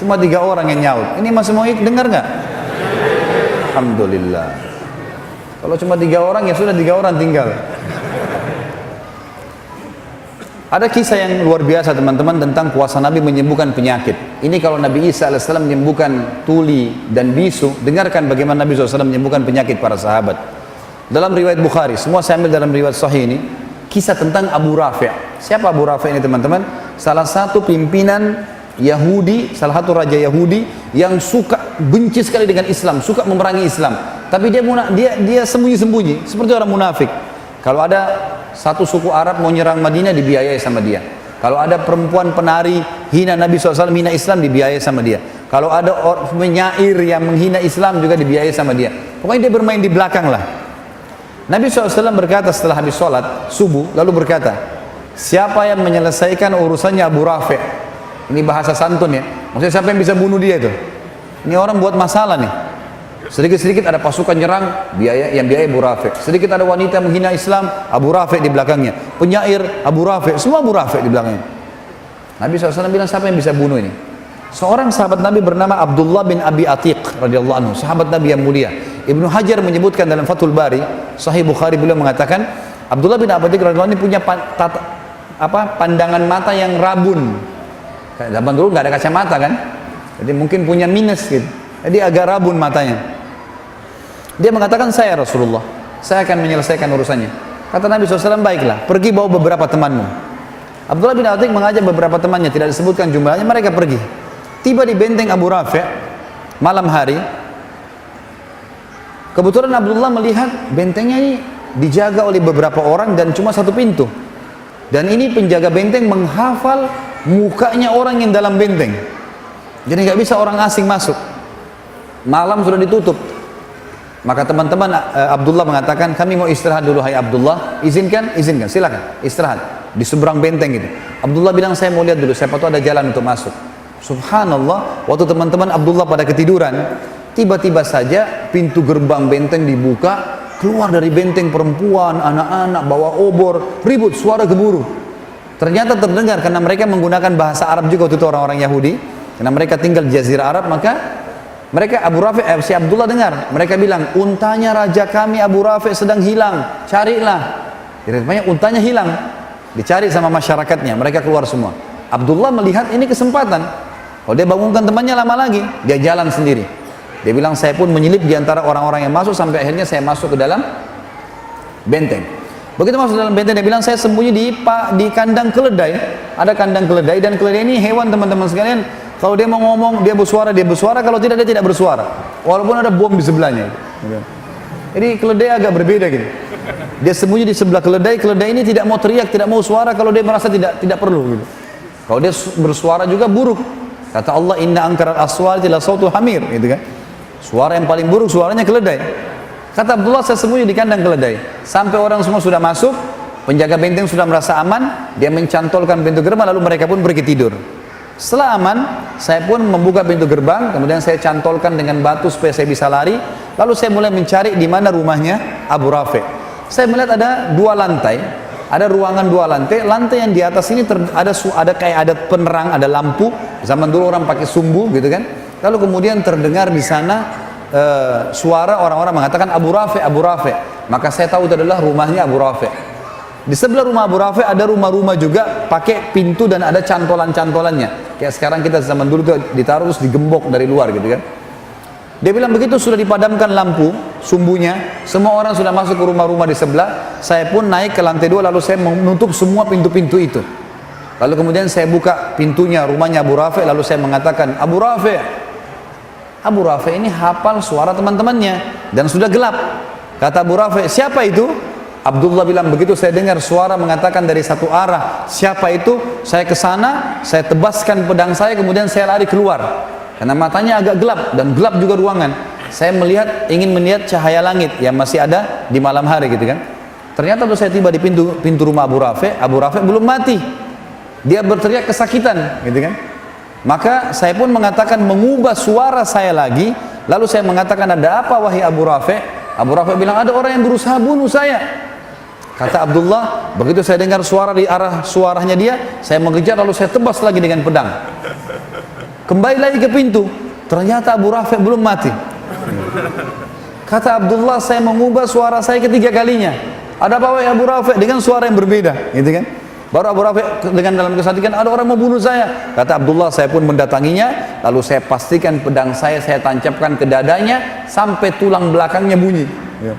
Cuma 3 orang yang nyaut. Ini masih mau dengar nggak? Alhamdulillah. Kalau cuma 3 orang ya sudah, 3 orang tinggal. Ada kisah yang luar biasa teman-teman tentang kuasa Nabi menyembuhkan penyakit. Ini kalau Nabi Isa AS menyembuhkan tuli dan bisu, dengarkan bagaimana Nabi SAW menyembuhkan penyakit para sahabat. Dalam riwayat Bukhari, semua saya ambil dalam riwayat Sahih ini, kisah tentang Abu Rafi'. Siapa Abu Rafi' ini teman-teman? Salah satu pimpinan Yahudi, salah satu raja Yahudi yang suka benci sekali dengan Islam, suka memerangi Islam. Tapi dia sembunyi-sembunyi, seperti orang munafik. Kalau ada satu suku Arab mau nyerang Madinah, dibiayai sama dia. Kalau ada perempuan penari hina Nabi SAW, hina Islam, dibiayai sama dia. Kalau ada penyair yang menghina Islam juga dibiayai sama dia. Pokoknya dia bermain di belakang lah. Nabi SAW berkata setelah habis sholat subuh, lalu berkata, siapa yang menyelesaikan urusannya Abu Rafi'? Ini bahasa santun ya, maksudnya siapa yang bisa bunuh dia itu? Ini orang buat masalah nih. Sedikit-sedikit ada pasukan nyerang, biaya Abu Rafi'. Sedikit ada wanita menghina Islam, Abu Rafi' di belakangnya. Penyair, Abu Rafi', semua Abu Rafi' di belakangnya. Nabi SAW bilang, siapa yang bisa bunuh ini? Seorang sahabat Nabi bernama Abdullah bin Abi Atiq radhiyallahu anhu, sahabat Nabi yang mulia. Ibnu Hajar menyebutkan dalam Fathul Bari, Sahih Bukhari, beliau mengatakan Abdullah bin Abi Atiq radhiyallahu anhu ini punya pandangan mata yang rabun. Zaman dulu nggak ada kacamata kan, jadi mungkin punya minus gitu. Jadi agak rabun matanya. Dia mengatakan, saya Rasulullah, saya akan menyelesaikan urusannya. Kata Nabi SAW, baiklah, pergi bawa beberapa temanmu. Abdullah bin Atiq mengajak beberapa temannya, tidak disebutkan jumlahnya, mereka pergi. Tiba di benteng Abu Rafi' malam hari. Kebetulan Abdullah melihat bentengnya ini dijaga oleh beberapa orang dan cuma satu pintu. Dan ini penjaga benteng menghafal mukanya orang yang dalam benteng. Jadi nggak bisa orang asing masuk. Malam sudah ditutup. Maka teman-teman Abdullah mengatakan, kami mau istirahat dulu, hai Abdullah. Izinkan? Izinkan, silakan istirahat di seberang benteng itu. Abdullah bilang, saya mau lihat dulu, siapa tahu ada jalan untuk masuk. Subhanallah, waktu teman-teman Abdullah pada ketiduran, tiba-tiba saja pintu gerbang benteng dibuka, keluar dari benteng perempuan, anak-anak bawa obor, ribut, suara gemuruh. Ternyata terdengar karena mereka menggunakan bahasa Arab juga waktu itu, orang-orang Yahudi, karena mereka tinggal di Jazirah Arab. Maka mereka Abu Rafi', si Abdullah dengar, mereka bilang, untanya raja kami Abu Rafi' sedang hilang, carilah. Jadi rupanya untanya hilang, dicari sama masyarakatnya, mereka keluar semua. Abdullah melihat ini kesempatan, kalau dia bangunkan temannya lama lagi, dia jalan sendiri. Dia bilang, saya pun menyelip di antara orang-orang yang masuk, sampai akhirnya saya masuk ke dalam benteng. Begitu masuk dalam benteng, dia bilang, saya sembunyi di kandang keledai. Ada kandang keledai, dan keledai ini hewan teman-teman sekalian. Kalau dia mau ngomong, dia bersuara, kalau tidak, dia tidak bersuara. Walaupun ada bom di sebelahnya. Jadi keledai agak berbeda gitu. Dia sembunyi di sebelah keledai ini tidak mau teriak, tidak mau suara kalau dia merasa tidak perlu gitu. Kalau dia bersuara juga buruk. Kata Allah, inna angkaral aswati la sautul hamir, gitu kan. Suara yang paling buruk suaranya keledai. Kata Abdullah, saya sembunyi di kandang keledai. Sampai orang semua sudah masuk, penjaga benteng sudah merasa aman, dia mencantolkan pintu gerbang, lalu mereka pun pergi tidur. Setelah aman, saya pun membuka pintu gerbang, kemudian saya cantolkan dengan batu supaya saya bisa lari. Lalu saya mulai mencari di mana rumahnya Abu Rafi'. Saya melihat ada 2 lantai, ada ruangan 2 lantai. Lantai yang di atas ini ada kayak ada penerang, ada lampu. Zaman dulu orang pakai sumbu, gitu kan. Lalu kemudian terdengar di sana suara orang-orang mengatakan Abu Rafi', Abu Rafi'. Maka saya tahu itu adalah rumahnya Abu Rafi'. Di sebelah rumah Abu Rafi' ada rumah-rumah juga pakai pintu dan ada cantolan-cantolannya. Kayak sekarang kita zaman dulu tuh ditaruh terus digembok dari luar gitu kan. Dia bilang begitu sudah dipadamkan lampu sumbunya, semua orang sudah masuk ke rumah-rumah di sebelah. Saya pun naik ke lantai 2, lalu saya menutup semua pintu-pintu itu. Lalu kemudian saya buka pintunya rumahnya Abu Rafi', lalu saya mengatakan, Abu Rafi'. Abu Rafi' ini hafal suara teman-temannya dan sudah gelap. Kata Abu Rafi', siapa itu? Abdullah bilang, begitu saya dengar suara mengatakan dari satu arah, siapa itu? Saya ke sana, saya tebaskan pedang saya, kemudian saya lari keluar. Karena matanya agak gelap dan gelap juga ruangan. Saya ingin melihat cahaya langit yang masih ada di malam hari gitu kan. Ternyata waktu saya tiba di pintu rumah Abu Rafi' belum mati. Dia berteriak kesakitan gitu kan. Maka saya pun mengatakan, mengubah suara saya lagi. Lalu saya mengatakan, ada apa wahai Abu Rafi'? Abu Rafi' bilang, ada orang yang berusaha bunuh saya. Kata Abdullah, begitu saya dengar suara di arah suaranya dia, saya mengejar lalu saya tebas lagi dengan pedang. Kembali lagi ke pintu, ternyata Abu Rafi belum mati. Kata Abdullah, saya mengubah suara saya ketiga kalinya. Ada apa wahai Abu Rafi? Dengan suara yang berbeda, gitu kan? Baru Abu Rafi dengan dalam kesadikan, ada orang mau bunuh saya. Kata Abdullah, saya pun mendatanginya, lalu saya pastikan pedang saya tancapkan ke dadanya sampai tulang belakangnya bunyi. Ya.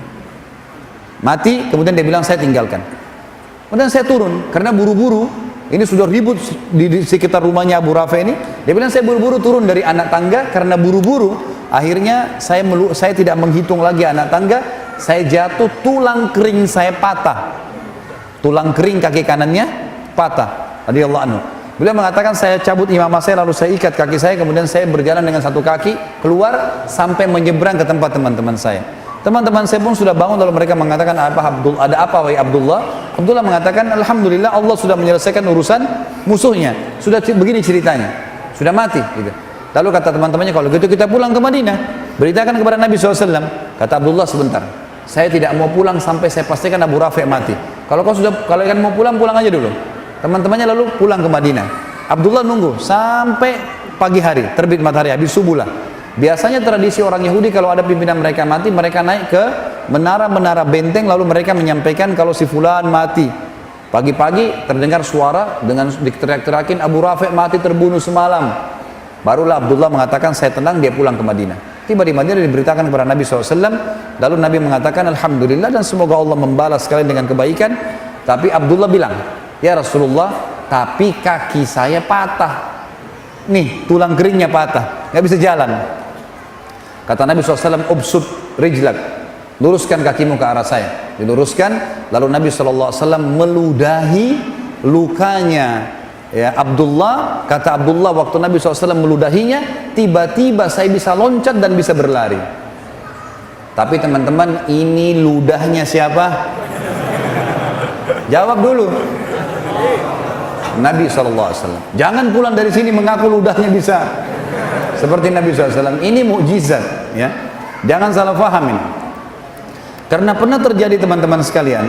Mati, kemudian dia bilang saya tinggalkan. Kemudian saya turun, karena buru-buru, ini sudah ribut di sekitar rumahnya Abu Rafi ini. Dia bilang saya buru-buru turun dari anak tangga, karena buru-buru, akhirnya saya tidak menghitung lagi anak tangga, saya jatuh, tulang kering saya patah. Tulang kering kaki kanannya patah. Radhiyallahu anhu. Beliau mengatakan saya cabut imamah saya lalu saya ikat kaki saya, kemudian saya berjalan dengan satu kaki keluar sampai menyeberang ke tempat teman-teman saya. Teman-teman saya pun sudah bangun lalu mereka mengatakan ada apa wahai Abdullah? Abdullah mengatakan alhamdulillah Allah sudah menyelesaikan urusan musuhnya. Sudah begini ceritanya. Sudah mati gitu. Lalu kata teman-temannya kalau gitu kita pulang ke Madinah. Beritakan kepada Nabi SAW. Kata Abdullah sebentar. Saya tidak mau pulang sampai saya pastikan Abu Rafi mati. Kalau kalian mau pulang, pulang aja dulu. Teman-temannya lalu pulang ke Madinah. Abdullah nunggu sampai pagi hari, terbit matahari, habis subuh lah. Biasanya tradisi orang Yahudi kalau ada pimpinan mereka mati, mereka naik ke menara-menara benteng lalu mereka menyampaikan kalau si fulan mati. Pagi-pagi terdengar suara dengan diteriak-teriakin Abu Rafi mati terbunuh semalam. Barulah Abdullah mengatakan saya tenang, dia pulang ke Madinah. Tiba di Madinah diberitakan kepada Nabi SAW. Lalu Nabi mengatakan alhamdulillah dan semoga Allah membalas sekalian dengan kebaikan. Tapi Abdullah bilang, ya Rasulullah, tapi kaki saya patah. Nih tulang keringnya patah, nggak bisa jalan. Kata Nabi SAW, ubsut rijlak, luruskan kakimu ke arah saya. Diluruskan, lalu Nabi SAW meludahi lukanya ya Abdullah. Kata Abdullah, waktu Nabi SAW meludahinya, tiba-tiba saya bisa loncat dan bisa berlari. Tapi teman-teman, ini ludahnya siapa? Jawab dulu. Nabi SAW. Jangan pulang dari sini mengaku ludahnya bisa seperti Nabi SAW. Ini mukjizat ya. Jangan salah faham ini. Karena pernah terjadi teman-teman sekalian,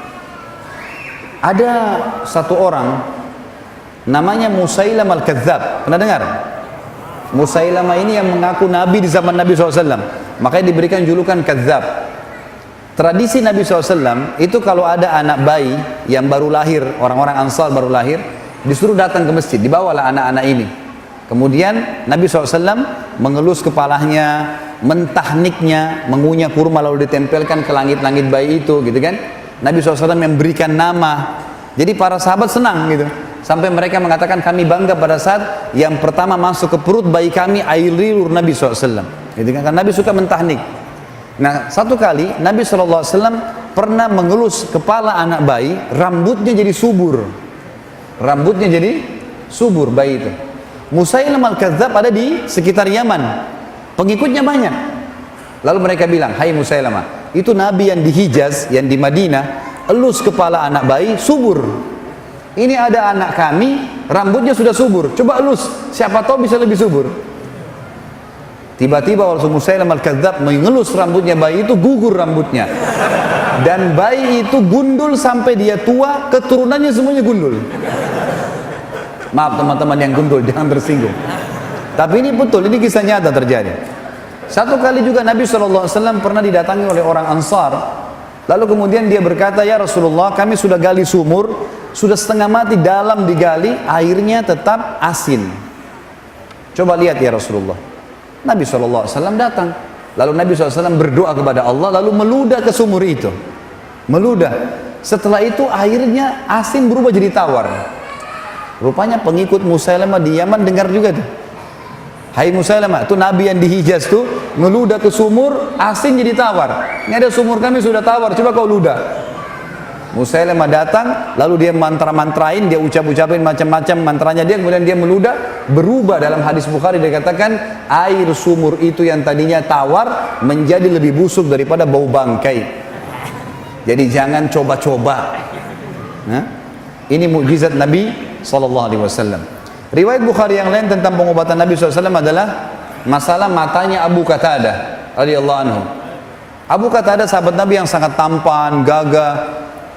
ada satu orang namanya Musailamah al-Kadzab. Pernah dengar? Musailamah ini yang mengaku Nabi di zaman Nabi SAW. Makanya diberikan julukan Kadzab. Tradisi Nabi SAW itu kalau ada anak bayi yang baru lahir, orang-orang Ansar baru lahir, disuruh datang ke masjid, dibawalah anak-anak ini. Kemudian Nabi SAW mengelus kepalanya, mentahniknya, mengunyah kurma lalu ditempelkan ke langit-langit bayi itu, gitu kan? Nabi SAW memberikan nama. Jadi para sahabat senang gitu. Sampai mereka mengatakan kami bangga pada saat yang pertama masuk ke perut bayi kami air liur Nabi SAW. Gitu kan? Karena Nabi suka mentahnik. Nah satu kali Nabi SAW pernah mengelus kepala anak bayi, rambutnya jadi subur. Rambutnya jadi subur bayi itu. Musailamah al-Kadzab ada di sekitar Yaman, pengikutnya banyak. Lalu mereka bilang, hai Musailamah, itu Nabi yang di Hijaz, yang di Madinah, elus kepala anak bayi subur. Ini ada anak kami, rambutnya sudah subur, coba elus, siapa tahu bisa lebih subur. Tiba-tiba waktu Musailamah al-Kadzab mengelus rambutnya bayi itu, gugur rambutnya. Dan bayi itu gundul sampai dia tua, keturunannya semuanya gundul. Maaf teman-teman yang gundul, jangan tersinggung. Tapi ini betul, ini kisah nyata terjadi. Satu kali juga Nabi SAW pernah didatangi oleh orang Ansar. Lalu kemudian dia berkata, ya Rasulullah, kami sudah gali sumur, sudah setengah mati dalam digali, airnya tetap asin. Coba lihat ya Rasulullah. Nabi SAW datang. Lalu Nabi SAW berdoa kepada Allah, lalu meludah ke sumur itu. Meludah. Setelah itu airnya asin berubah jadi tawar. Rupanya pengikut Musailamah di Yaman dengar juga tuh. Hai Musailamah, itu Nabi yang di Hijaz tuh ngeludah ke sumur, asin jadi tawar. Ini ada sumur kami sudah tawar, coba kau ludah. Musailamah datang, lalu dia mantra-mantrain, dia ucap-ucapin macam-macam mantranya dia, kemudian dia meludah, berubah. Dalam hadis Bukhari dikatakan air sumur itu yang tadinya tawar menjadi lebih busuk daripada bau bangkai. Jadi jangan coba-coba. Nah, ini mukjizat Nabi SAW. Riwayat Bukhari yang lain tentang pengobatan Nabi SAW adalah masalah matanya Abu Qatadah radhiyallahu anhu. Abu Qatadah sahabat Nabi yang sangat tampan, gagah.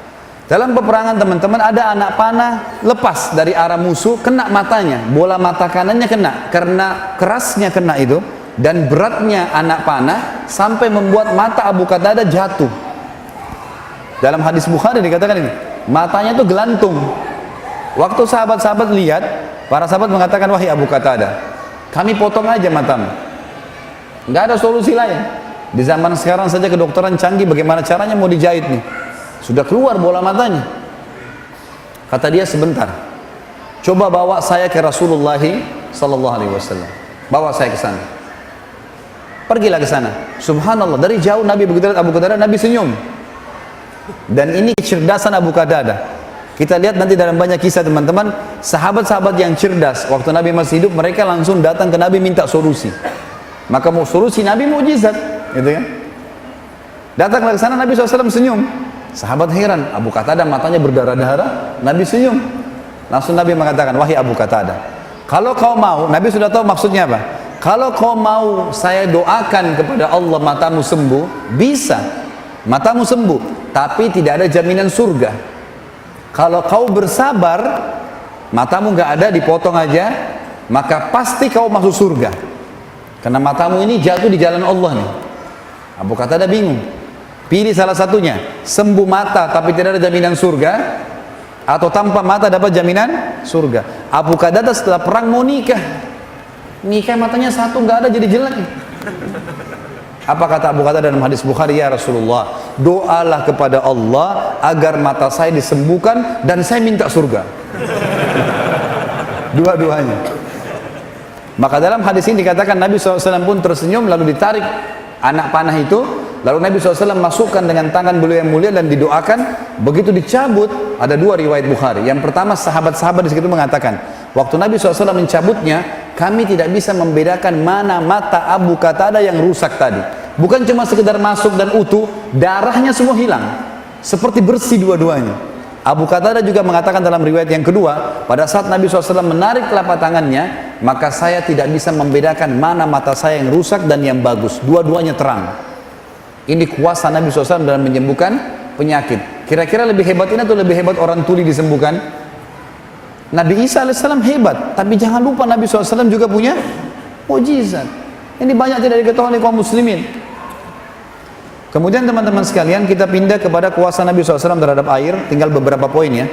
Dalam peperangan teman-teman ada anak panah lepas dari arah musuh, kena matanya, bola mata kanannya kena, karena kerasnya kena itu dan beratnya anak panah sampai membuat mata Abu Qatadah jatuh. Dalam hadis Bukhari dikatakan ini, matanya itu gelantung. Waktu sahabat-sahabat lihat, para sahabat mengatakan, wahai Abu Qatadah, kami potong aja matamu, nggak ada solusi lain. Di zaman sekarang saja kedokteran canggih, bagaimana caranya mau dijahit nih, sudah keluar bola matanya. Kata dia, sebentar, coba bawa saya ke Rasulullah sallallahu alaihi wasallam, bawa saya ke sana. Pergilah ke sana. Subhanallah, dari jauh Nabi begitu lihat Abu Qatadah, Nabi senyum. Dan ini kecerdasan Abu Qatadah. Kita lihat nanti dalam banyak kisah teman-teman, sahabat-sahabat yang cerdas waktu Nabi masih hidup, mereka langsung datang ke Nabi minta solusi. Maka mau solusi Nabi mukjizat, gitu kan? Datanglah ke sana, Nabi SAW senyum. Sahabat heran, Abu Qatadah matanya berdarah-darah, Nabi senyum. Langsung Nabi mengatakan, wahai Abu Qatadah, kalau kau mau, Nabi sudah tahu maksudnya apa. Kalau kau mau saya doakan kepada Allah matamu sembuh, bisa, matamu sembuh, tapi tidak ada jaminan surga. Kalau kau bersabar, matamu nggak ada, dipotong aja, maka pasti kau masuk surga. Karena matamu ini jatuh di jalan Allah nih. Abu Qatadah bingung. Pilih salah satunya, sembuh mata tapi tidak ada jaminan surga, atau tanpa mata dapat jaminan surga. Abu Qatadah setelah perang mau nikah, matanya satu nggak ada, jadi jelek. Apa kata Abu Qatadah dalam hadis Bukhari? Ya Rasulullah, doalah kepada Allah agar mata saya disembuhkan dan saya minta surga. Dua-duanya. Maka dalam hadis ini dikatakan Nabi SAW pun tersenyum, lalu ditarik anak panah itu, lalu Nabi SAW masukkan dengan tangan beliau yang mulia dan didoakan. Begitu dicabut, ada dua riwayat Bukhari. Yang pertama, sahabat-sahabat di situ mengatakan, waktu Nabi SAW mencabutnya, kami tidak bisa membedakan mana mata Abu Qatadah yang rusak tadi. Bukan cuma sekedar masuk dan utuh, darahnya semua hilang, seperti bersih dua-duanya. Abu Qatadah juga mengatakan dalam riwayat yang kedua, pada saat Nabi SAW menarik telapak tangannya, maka saya tidak bisa membedakan mana mata saya yang rusak dan yang bagus. Dua-duanya terang. Ini kuasa Nabi SAW dalam menyembuhkan penyakit. Kira-kira lebih hebat ini atau lebih hebat orang tuli disembuhkan? Nabi Isa AS hebat, tapi jangan lupa Nabi SAW juga punya mukjizat. Ini banyak tidak diketahui oleh kaum muslimin. Kemudian teman-teman sekalian, kita pindah kepada kuasa Nabi SAW terhadap air. Tinggal beberapa poin ya.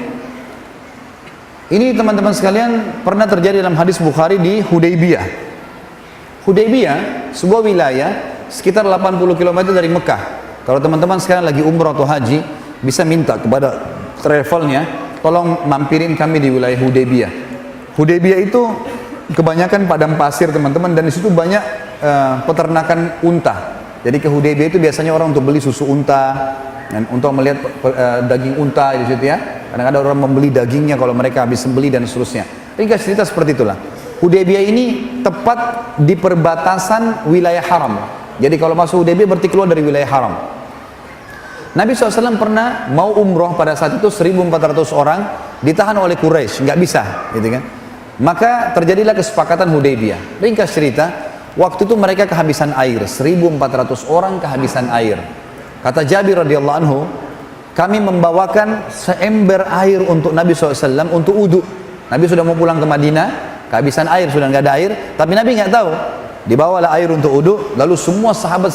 Ini teman-teman sekalian pernah terjadi dalam hadis Bukhari di Hudaybiyah. Hudaybiyah, sebuah wilayah sekitar 80 km dari Mekah. Kalau teman-teman sekarang lagi umrah atau haji, bisa minta kepada travelnya, tolong mampirin kami di wilayah Hudaybiyah. Hudaybiyah itu kebanyakan padang pasir teman-teman, dan di situ banyak peternakan unta. Jadi ke Hudaybiyah itu biasanya orang untuk beli susu unta, dan untuk melihat daging unta di situ ya. Kadang-kadang orang membeli dagingnya kalau mereka habis sembeli dan seterusnya. Ringkas cerita seperti itulah. Hudaybiyah ini tepat di perbatasan wilayah haram. Jadi kalau masuk Hudaybiyah berarti keluar dari wilayah haram. Nabi SAW pernah mau umroh pada saat itu 1.400 orang ditahan oleh Quraisy, nggak bisa, gitu kan? Maka terjadilah kesepakatan Hudaybiyah. Ringkas cerita. Waktu itu mereka kehabisan air, 1.400 orang kehabisan air. Kata Jabir radhiyallahu anhu, kami membawakan seember air untuk Nabi SAW untuk wudu. Nabi sudah mau pulang ke Madinah, kehabisan air, sudah nggak ada air, tapi Nabi nggak tahu. Dibawalah air untuk wudu, lalu semua sahabat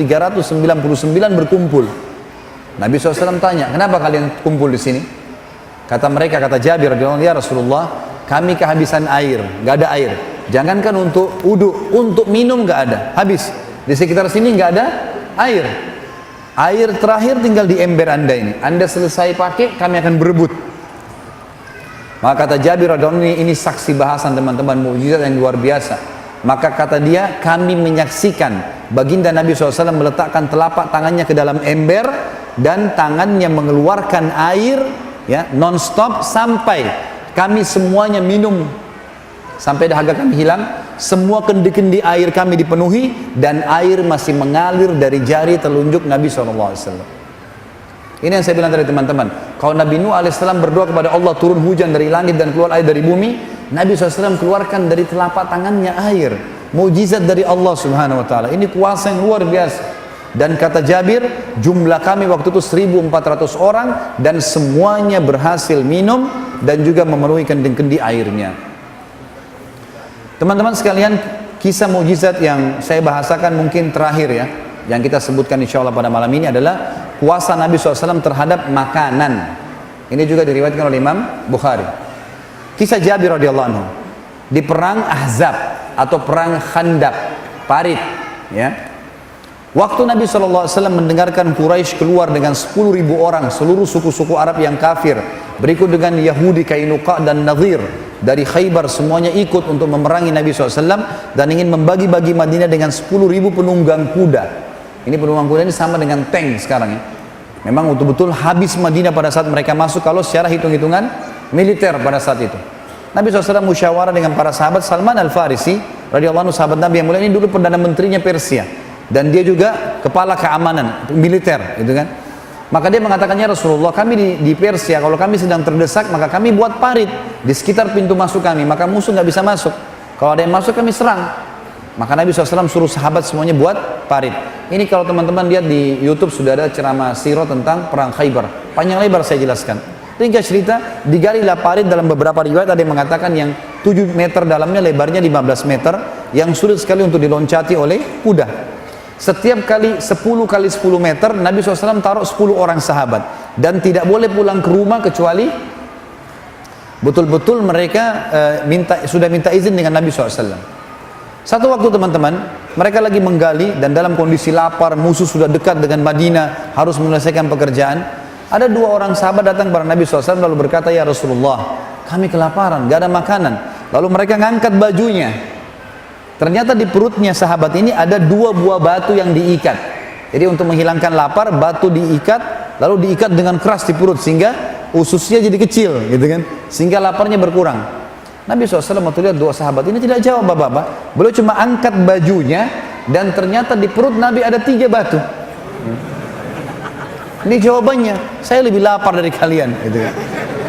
1.399 berkumpul. Nabi SAW tanya, kenapa kalian kumpul di sini? Kata mereka, kata Jabir radhiyallahu anhu, ya Rasulullah, kami kehabisan air, nggak ada air. Jangankan untuk wudu, untuk minum nggak ada, habis. Di sekitar sini nggak ada air. Air terakhir tinggal di ember anda ini. Anda selesai pakai, kami akan berebut. Maka kata Jabir radhiyallahu anhu, ini saksi bahasan teman-teman, mukjizat yang luar biasa. Maka kata dia, kami menyaksikan baginda Nabi SAW meletakkan telapak tangannya ke dalam ember dan tangannya mengeluarkan air ya non-stop sampai kami semuanya minum. Sampai dahaga kami hilang, semua kendi-kendi air kami dipenuhi, dan air masih mengalir dari jari telunjuk Nabi SAW. Ini yang saya bilang tadi teman-teman. Kalau Nabi Nuh AS berdoa kepada Allah turun hujan dari langit dan keluar air dari bumi, Nabi SAW keluarkan dari telapak tangannya air. Mukjizat dari Allah Subhanahu Wa Taala. Ini kuasa yang luar biasa. Dan kata Jabir, jumlah kami waktu itu 1.400 orang dan semuanya berhasil minum dan juga memenuhi kendi-kendi airnya. Teman-teman sekalian, kisah mukjizat yang saya bahasakan mungkin terakhir ya, yang kita sebutkan insya Allah pada malam ini adalah kuasa Nabi SAW terhadap makanan. Ini juga diriwayatkan oleh Imam Bukhari. Kisah Jabir radhiyallahu anhu di perang Ahzab atau perang Khandaq, Parit, ya. Waktu Nabi SAW mendengarkan Quraisy keluar dengan 10.000 orang, seluruh suku-suku Arab yang kafir, berikut dengan Yahudi, Kainuqa dan Nadhir dari Khaybar, semuanya ikut untuk memerangi Nabi SAW dan ingin membagi-bagi Madinah dengan 10.000 penunggang kuda. Ini penunggang kuda ini sama dengan tank sekarang ya. Memang betul-betul habis Madinah pada saat mereka masuk kalau secara hitung-hitungan militer pada saat itu. Nabi SAW musyawarah dengan para sahabat. Salman Al-Farisi radhiyallahu anhu, sahabat Nabi yang mulia ini dulu perdana menterinya Persia dan dia juga kepala keamanan militer, gitu kan. Maka dia mengatakannya, Rasulullah, kami di Persia, kalau kami sedang terdesak maka kami buat parit di sekitar pintu masuk kami, maka musuh nggak bisa masuk. Kalau ada yang masuk kami serang. Maka Nabi SAW suruh sahabat semuanya buat parit. Ini kalau teman-teman lihat di YouTube sudah ada ceramah sirah tentang perang Khaybar. Panjang lebar saya jelaskan. Ringkas cerita, digalilah parit. Dalam beberapa riwayat ada yang mengatakan yang 7 meter dalamnya, lebarnya 15 meter, yang sulit sekali untuk diloncati oleh kuda. Setiap kali 10 kali 10 meter Nabi SAW taruh 10 orang sahabat dan tidak boleh pulang ke rumah kecuali betul-betul mereka sudah minta izin dengan Nabi SAW. Satu waktu teman-teman, mereka lagi menggali dan dalam kondisi lapar, musuh sudah dekat dengan Madinah, harus menyelesaikan pekerjaan. Ada 2 orang sahabat datang kepada Nabi SAW lalu berkata, ya Rasulullah, kami kelaparan, gak ada makanan. Lalu mereka ngangkat bajunya. Ternyata di perutnya sahabat ini ada 2 buah batu yang diikat. Jadi untuk menghilangkan lapar, batu diikat, lalu diikat dengan keras di perut sehingga ususnya jadi kecil, gitu kan? Sehingga laparnya berkurang. Nabi SAW waktu lihat 2 sahabat ini tidak jawab bapak-bapak. Beliau cuma angkat bajunya dan ternyata di perut Nabi ada 3 batu. Ini jawabannya, saya lebih lapar dari kalian, gitu kan?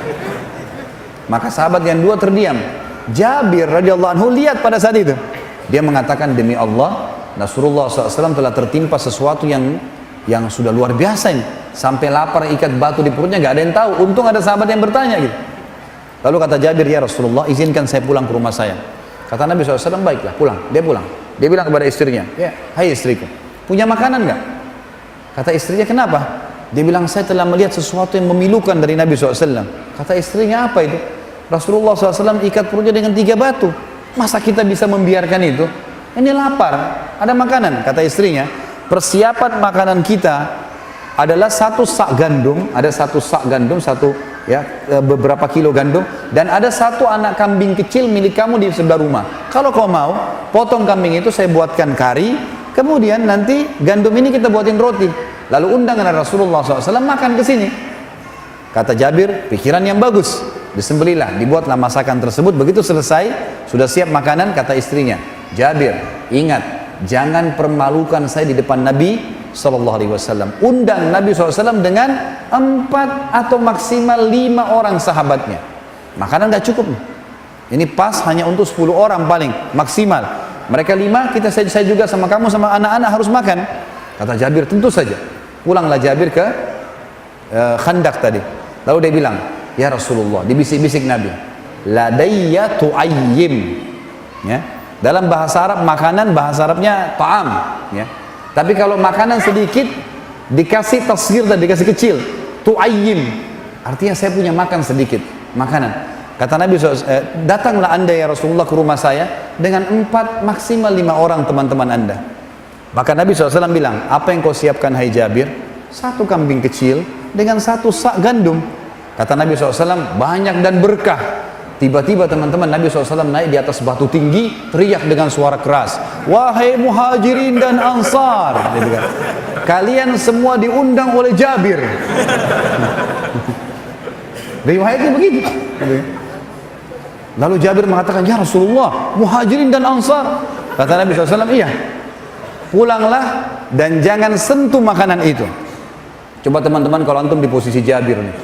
Maka sahabat yang 2 terdiam. Jabir radhiyallahu anhu lihat pada saat itu. Dia mengatakan, demi Allah, Rasulullah SAW telah tertimpa sesuatu yang sudah luar biasa ini. Sampai lapar ikat batu di perutnya, gak ada yang tahu. Untung ada sahabat yang bertanya gitu. Lalu kata Jabir, ya Rasulullah, izinkan saya pulang ke rumah saya. Kata Nabi SAW, baiklah, pulang. Dia pulang. Dia bilang kepada istrinya, ya, hai istriku, punya makanan gak? Kata istrinya, kenapa? Dia bilang, saya telah melihat sesuatu yang memilukan dari Nabi SAW. Kata istrinya, apa itu? Rasulullah SAW ikat perutnya dengan 3 batu. Masa kita bisa membiarkan itu? Ini lapar, ada makanan. Kata istrinya, persiapan makanan kita adalah 1 sak gandum, ada 1 sak gandum, beberapa kilo gandum, dan ada 1 anak kambing kecil milik kamu di sebelah rumah. Kalau kau mau, potong kambing itu saya buatkan kari, kemudian nanti gandum ini kita buatin roti. Lalu undang Rasulullah SAW makan ke sini. Kata Jabir, pikiran yang bagus. Disembelilah, dibuatlah masakan tersebut. Begitu selesai, sudah siap makanan, kata istrinya, Jabir, ingat, jangan permalukan saya di depan Nabi SAW. Undang Nabi SAW dengan 4 atau maksimal 5 orang sahabatnya. Makanan gak cukup. Ini pas hanya untuk 10 orang paling maksimal. Mereka 5, saya juga sama kamu sama anak-anak harus makan. Kata Jabir, tentu saja. Pulanglah Jabir ke Khandaq tadi. Lalu dia bilang, ya Rasulullah, dibisik-bisik Nabi, ladayya tu'ayyim, ya. Dalam bahasa Arab, makanan bahasa Arabnya ta'am, ya. Tapi kalau makanan sedikit dikasih tasghir dan dikasih kecil, tu'ayyim, artinya saya punya makan sedikit makanan. Kata Nabi SAW, datanglah anda ya Rasulullah ke rumah saya dengan 4 maksimal 5 orang teman-teman anda. Maka Nabi SAW bilang, apa yang kau siapkan hai Jabir? 1 kambing kecil dengan 1 sak gandum. Kata Nabi SAW, banyak dan berkah. Tiba-tiba teman-teman, Nabi SAW naik di atas batu tinggi, teriak dengan suara keras, wahai muhajirin dan ansar, kalian semua diundang oleh Jabir. Riwayatnya begitu. Lalu Jabir mengatakan, ya Rasulullah, muhajirin dan ansar. Kata Nabi SAW, iya, pulanglah dan jangan sentuh makanan itu. Coba teman-teman kalau antum di posisi Jabir nih,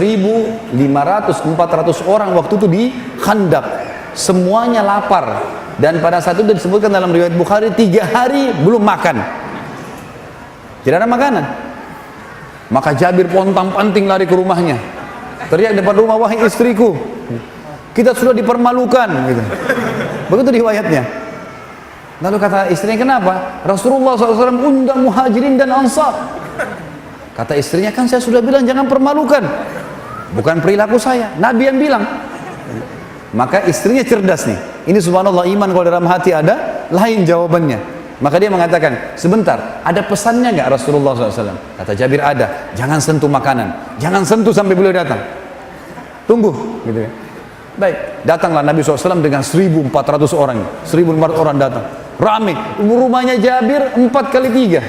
1.500, 400 orang waktu itu di Khandaq, semuanya lapar, Dan pada saat itu disebutkan dalam riwayat Bukhari 3 hari belum makan, tidak ada makanan. Maka Jabir pontang-panting lari ke rumahnya, teriak depan rumah, wahai istriku, kita sudah dipermalukan gitu. Begitu riwayatnya. Lalu kata istrinya, kenapa? Rasulullah SAW undang muhajirin dan ansar. Kata istrinya, kan saya sudah bilang jangan permalukan, bukan perilaku saya, Nabi yang bilang. Maka istrinya cerdas nih. Ini subhanallah, iman kalau dalam hati ada, lain jawabannya. Maka dia mengatakan, sebentar, ada pesannya nggak Rasulullah SAW? Kata Jabir, ada. Jangan sentuh makanan, jangan sentuh sampai beliau datang. Tunggu, gitu ya. Baik, datanglah Nabi SAW dengan 1.400 orang. 1.400 orang datang, rame. Rumahnya Jabir 4 kali 3.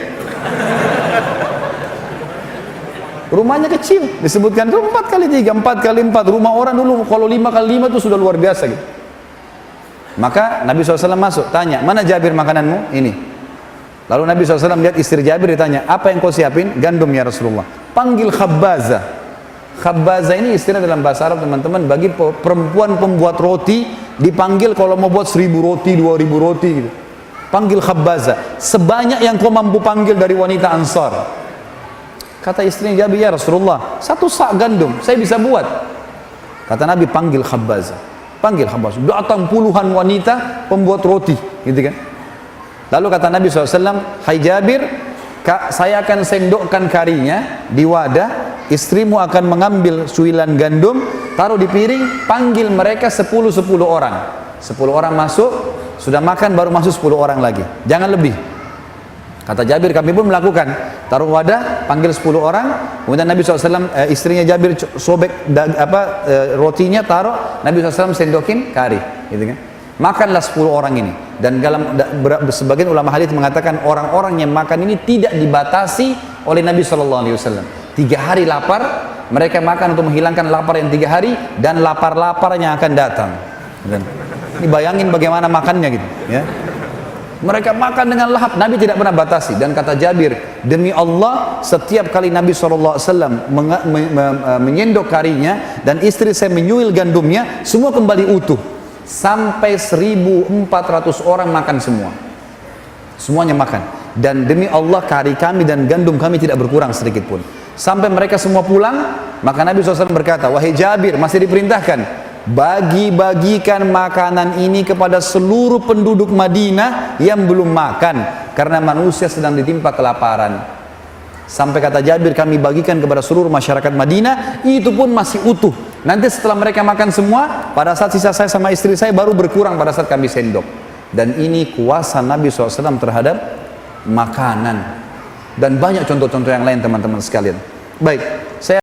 Rumahnya kecil, disebutkan itu 4 kali 3, 4 kali 4. Rumah orang dulu kalau 5 kali 5 itu sudah luar biasa gitu. Maka Nabi SAW masuk, tanya, mana Jabir makananmu? Ini. Lalu Nabi SAW lihat istri Jabir, ditanya, apa yang kau siapin? Gandum ya Rasulullah. Panggil Khabbaza. Khabbaza ini istilah dalam bahasa Arab teman-teman, bagi perempuan pembuat roti, dipanggil kalau mau buat 1.000 roti, 2.000 roti gitu. Panggil Khabbaza, sebanyak yang kau mampu panggil dari wanita Ansar. Kata istrinya Jabir, ya Rasulullah, 1 sak gandum saya bisa buat. Kata Nabi, panggil Khabbaza. Panggil Khabbaza, datang puluhan wanita pembuat roti, gitu kan. Lalu kata Nabi SAW, hai Jabir, saya akan sendokkan karinya di wadah, istrimu akan mengambil suilan gandum, taruh di piring, panggil mereka 10 orang. 10 orang masuk, sudah makan baru masuk 10 orang lagi, jangan lebih. Kata Jabir, kami pun melakukan, taruh wadah, panggil 10 orang, kemudian Nabi SAW, istrinya Jabir sobek rotinya, taruh, Nabi SAW sendokin kari, gitu kan. Makanlah 10 orang ini. Dan dalam sebagian ulama hadis mengatakan orang-orang yang makan ini tidak dibatasi oleh Nabi SAW. 3 hari lapar, mereka makan untuk menghilangkan lapar yang 3 hari, dan lapar-lapar yang akan datang. Dan ini bayangin bagaimana makannya gitu, ya. Mereka makan dengan lahap, Nabi tidak pernah batasi. Dan kata Jabir, demi Allah, setiap kali Nabi SAW menyendok karinya dan istri saya menyuil gandumnya, semua kembali utuh. Sampai 1.400 orang makan semua. Semuanya makan. Dan demi Allah, kari kami dan gandum kami tidak berkurang sedikit pun. Sampai mereka semua pulang, maka Nabi SAW berkata, wahai Jabir, masih diperintahkan, bagi-bagikan makanan ini kepada seluruh penduduk Madinah yang belum makan, karena manusia sedang ditimpa kelaparan. Sampai kata Jabir, kami bagikan kepada seluruh masyarakat Madinah, itu pun masih utuh. Nanti setelah mereka makan semua, pada saat sisa saya sama istri saya baru berkurang pada saat kami sendok. Dan ini kuasa Nabi SAW terhadap makanan. Dan banyak contoh-contoh yang lain teman-teman sekalian. Baik, saya